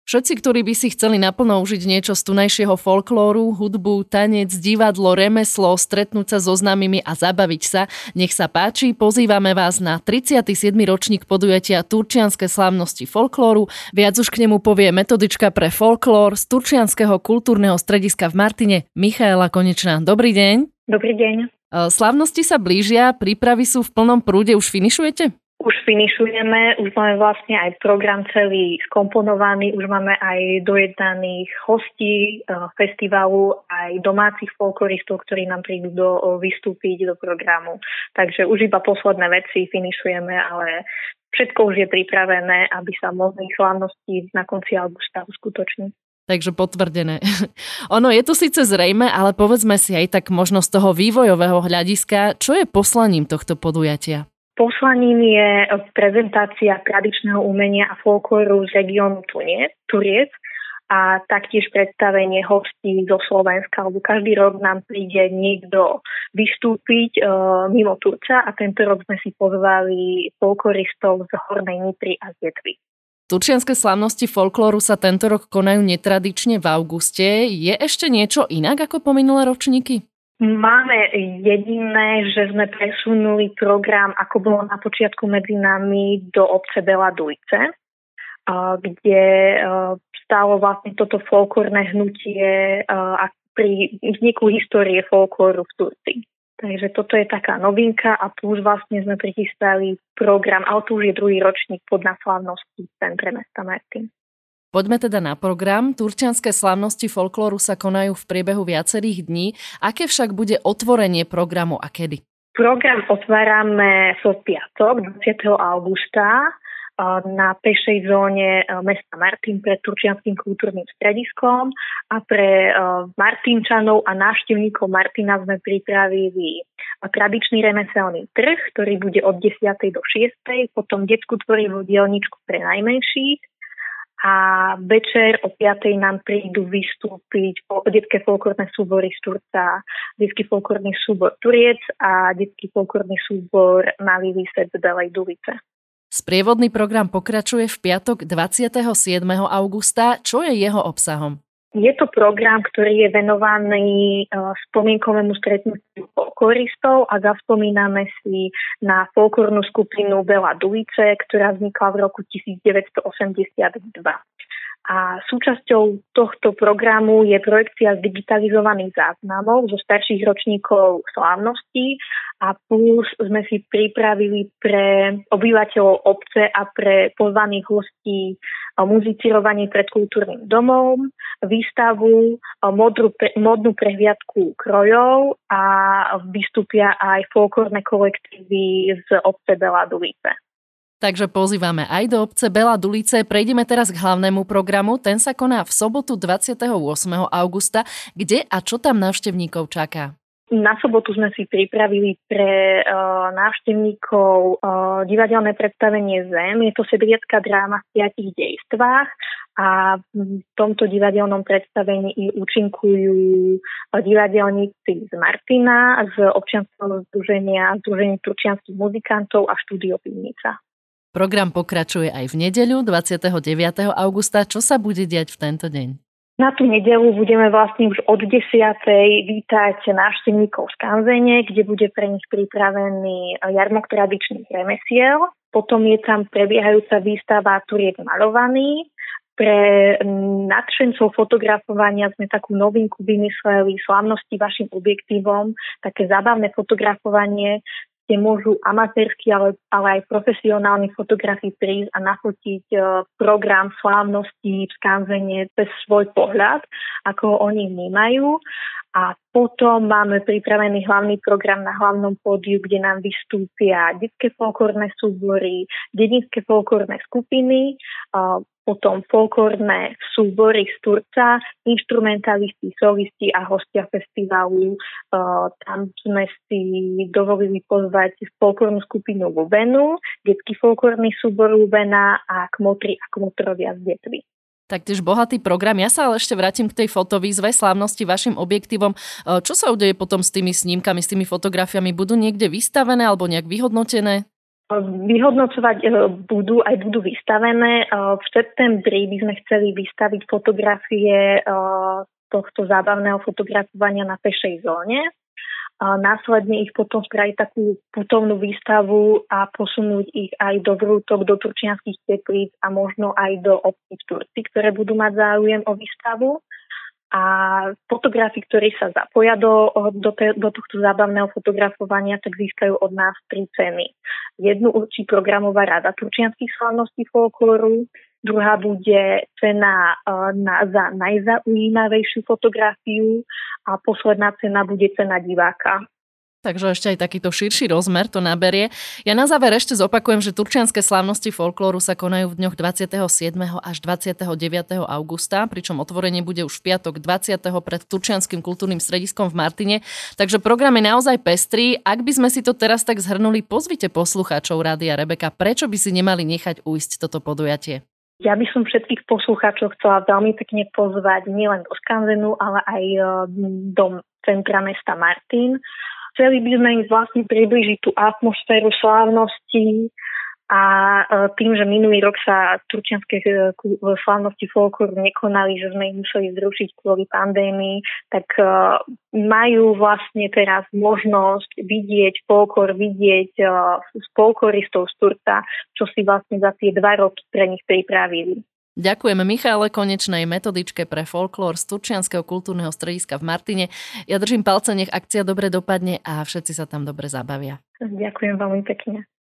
Všetci, ktorí by si chceli naplno užiť niečo z tunajšieho folklóru, hudbu, tanec, divadlo, remeslo, stretnúť sa so známymi a zabaviť sa, nech sa páči, pozývame vás na 37. ročník podujatia Turčianske slávnosti folklóru. Viac už k nemu povie metodička pre folklór z Turčianskeho kultúrneho strediska v Martine Michaela Konečná. Dobrý deň. Dobrý deň. Slávnosti sa blížia, prípravy sú v plnom prúde, už finišujete? Už finišujeme, už máme vlastne aj program celý skomponovaný, už máme aj dojednaných hostí festivalu, aj domácich folkloristov, ktorí nám prídu vystúpiť do programu. Takže už iba posledné veci finišujeme, ale všetko už je pripravené, aby sa mohli slávnosti na konci augusta uskutočniť. Takže potvrdené. Ono je to síce zrejme, ale povedzme si aj tak možno z toho vývojového hľadiska, čo je poslaním tohto podujatia? Poslaním je prezentácia tradičného umenia a folklóru z regiónu Turiec a taktiež predstavenie hostí zo Slovenska, lebo každý rok nám príde niekto vystúpiť mimo Turca a tento rok sme si pozvali folkloristov z Hornej Nitry a z Detvy. Turčianske slávnosti folklóru sa tento rok konajú netradične v auguste. Je ešte niečo inak ako po minulé ročníky? Máme jediné, že sme presunuli program, ako bolo na počiatku medzi nami, do obce Bela Dulice, kde stálo vlastne toto folklórne hnutie pri vzniku histórie folklóru v Turcii. Takže toto je taká novinka a tu už vlastne sme prichystali program, ale tu už je druhý ročník pod slávnosti v centre mesta Martin. Poďme teda na program. Turčianske slávnosti folklóru sa konajú v priebehu viacerých dní. Aké však bude otvorenie programu a kedy? Program otvárame v piatok 20. augusta na pešej zóne mesta Martin pred Turčianskym kultúrnym strediskom a pre Martinčanov a návštevníkov Martina sme pripravili tradičný remeselný trh, ktorý bude od 10. do 6. potom detskú tvorivú dielničku pre najmenších a večer o 5. nám prídu vystúpiť detské folklórne súbory z Turca, detský folklórny súbor Turiec a detský folklórny súbor Malý výset z Belej Dulice. Sprievodný program pokračuje v piatok 27. augusta. Čo je jeho obsahom? Je to program, ktorý je venovaný spomienkovému stretnutiu folkloristov a zaspomíname si na folklórnu skupinu Bela Dulice, ktorá vznikla v roku 1982. A súčasťou tohto programu je projekcia zdigitalizovaných záznamov zo starších ročníkov slávností a plus sme si pripravili pre obyvateľov obce a pre pozvaných hostí muzicírovanie pred kultúrnym domom, výstavu, modnú prehliadku krojov a vystúpia aj folklórne kolektívy z obce Bela Dulice. Takže pozývame aj do obce Bela Dulice. Prejdeme teraz k hlavnému programu. Ten sa koná v sobotu 28. augusta. Kde a čo tam návštevníkov čaká? Na sobotu sme si pripravili pre návštevníkov divadelné predstavenie Zem. Je to sedliacka dráma v 5 dejstvách a v tomto divadelnom predstavení účinkujú divadelníci z Martina, z občianskeho združenia turčianskych muzikantov a štúdio Pivnica. Program pokračuje aj v nedeľu 29. augusta. Čo sa bude diať v tento deň? Na tú nedeľu budeme vlastne už od 10. vítať návštevníkov v Skanzene, kde bude pre nich pripravený jarmok tradičných remesiel. Potom je tam prebiehajúca výstava Turiec malovaný. Pre nadšencov fotografovania sme takú novinku vymysleli slávnosti vašim objektívom, také zábavné fotografovanie, kde môžu amatérsky, ale aj profesionálni fotografi prísť a nafotiť program slávnosti v Skanzene cez svoj pohľad, ako ho oni vnímajú. A potom máme pripravený hlavný program na hlavnom pódiu, kde nám vystúpia detské folklórne súbory, dedinské folklórne skupiny, potom folklórne súbory z Turca, inštrumentalisti, solisti a hostia festivalu. Tam sme si dovolili pozvať folklórnu skupinu Lubenu, detský folklórny súbor Lubena a Kmotri a Kmotrovia z Detvy. Taktiež bohatý program. Ja sa ale ešte vrátim k tej fotovýzve slávnosti vašim objektívom. Čo sa udeje potom s tými snímkami, s tými fotografiami? Budú niekde vystavené alebo nejak vyhodnotené? Vyhodnocovať budú vystavené. V septembri by sme chceli vystaviť fotografie tohto zábavného fotografovania na pešej zóne. Následne ich potom spraviť takú putovnú výstavu a posunúť ich aj do Vrútok, do Turčianskych Teplíc a možno aj do obcí v Turci, ktoré budú mať záujem o výstavu. A fotografi, ktorí sa zapoja do tohto zábavného fotografovania, tak získajú od nás 3 ceny. Jednu určí programová rada Turčianskych slávností folklóru, druhá bude cena za najzaujímavejšiu fotografiu a posledná cena bude cena diváka. Takže ešte aj takýto širší rozmer to naberie. Ja na záver ešte zopakujem, že turčianske slávnosti folklóru sa konajú v dňoch 27. až 29. augusta, pričom otvorenie bude už v piatok 20. pred Turčianskym kultúrnym strediskom v Martine. Takže program je naozaj pestrý. Ak by sme si to teraz tak zhrnuli, pozvite poslucháčov Rádia Rebeka, prečo by si nemali nechať ujsť toto podujatie? Ja by som všetkých poslucháčov chcela veľmi pekne pozvať nielen do Skanzenu, ale aj do centra mesta Martin. Chceli by sme im vlastne približiť tú atmosféru slávnosti a tým, že minulý rok sa turčianske slávnosti folklóru nekonali, že sme ich museli zrušiť kvôli pandémii, tak majú vlastne teraz možnosť vidieť folklór, vidieť folkloristov z Turca, čo si vlastne za tie 2 roky pre nich pripravili. Ďakujeme Michaele Konečnej, metodičke pre folklór z Turčianskeho kultúrneho strediska v Martine. Ja držím palce, nech akcia dobre dopadne a všetci sa tam dobre zabavia. Ďakujem veľmi pekne.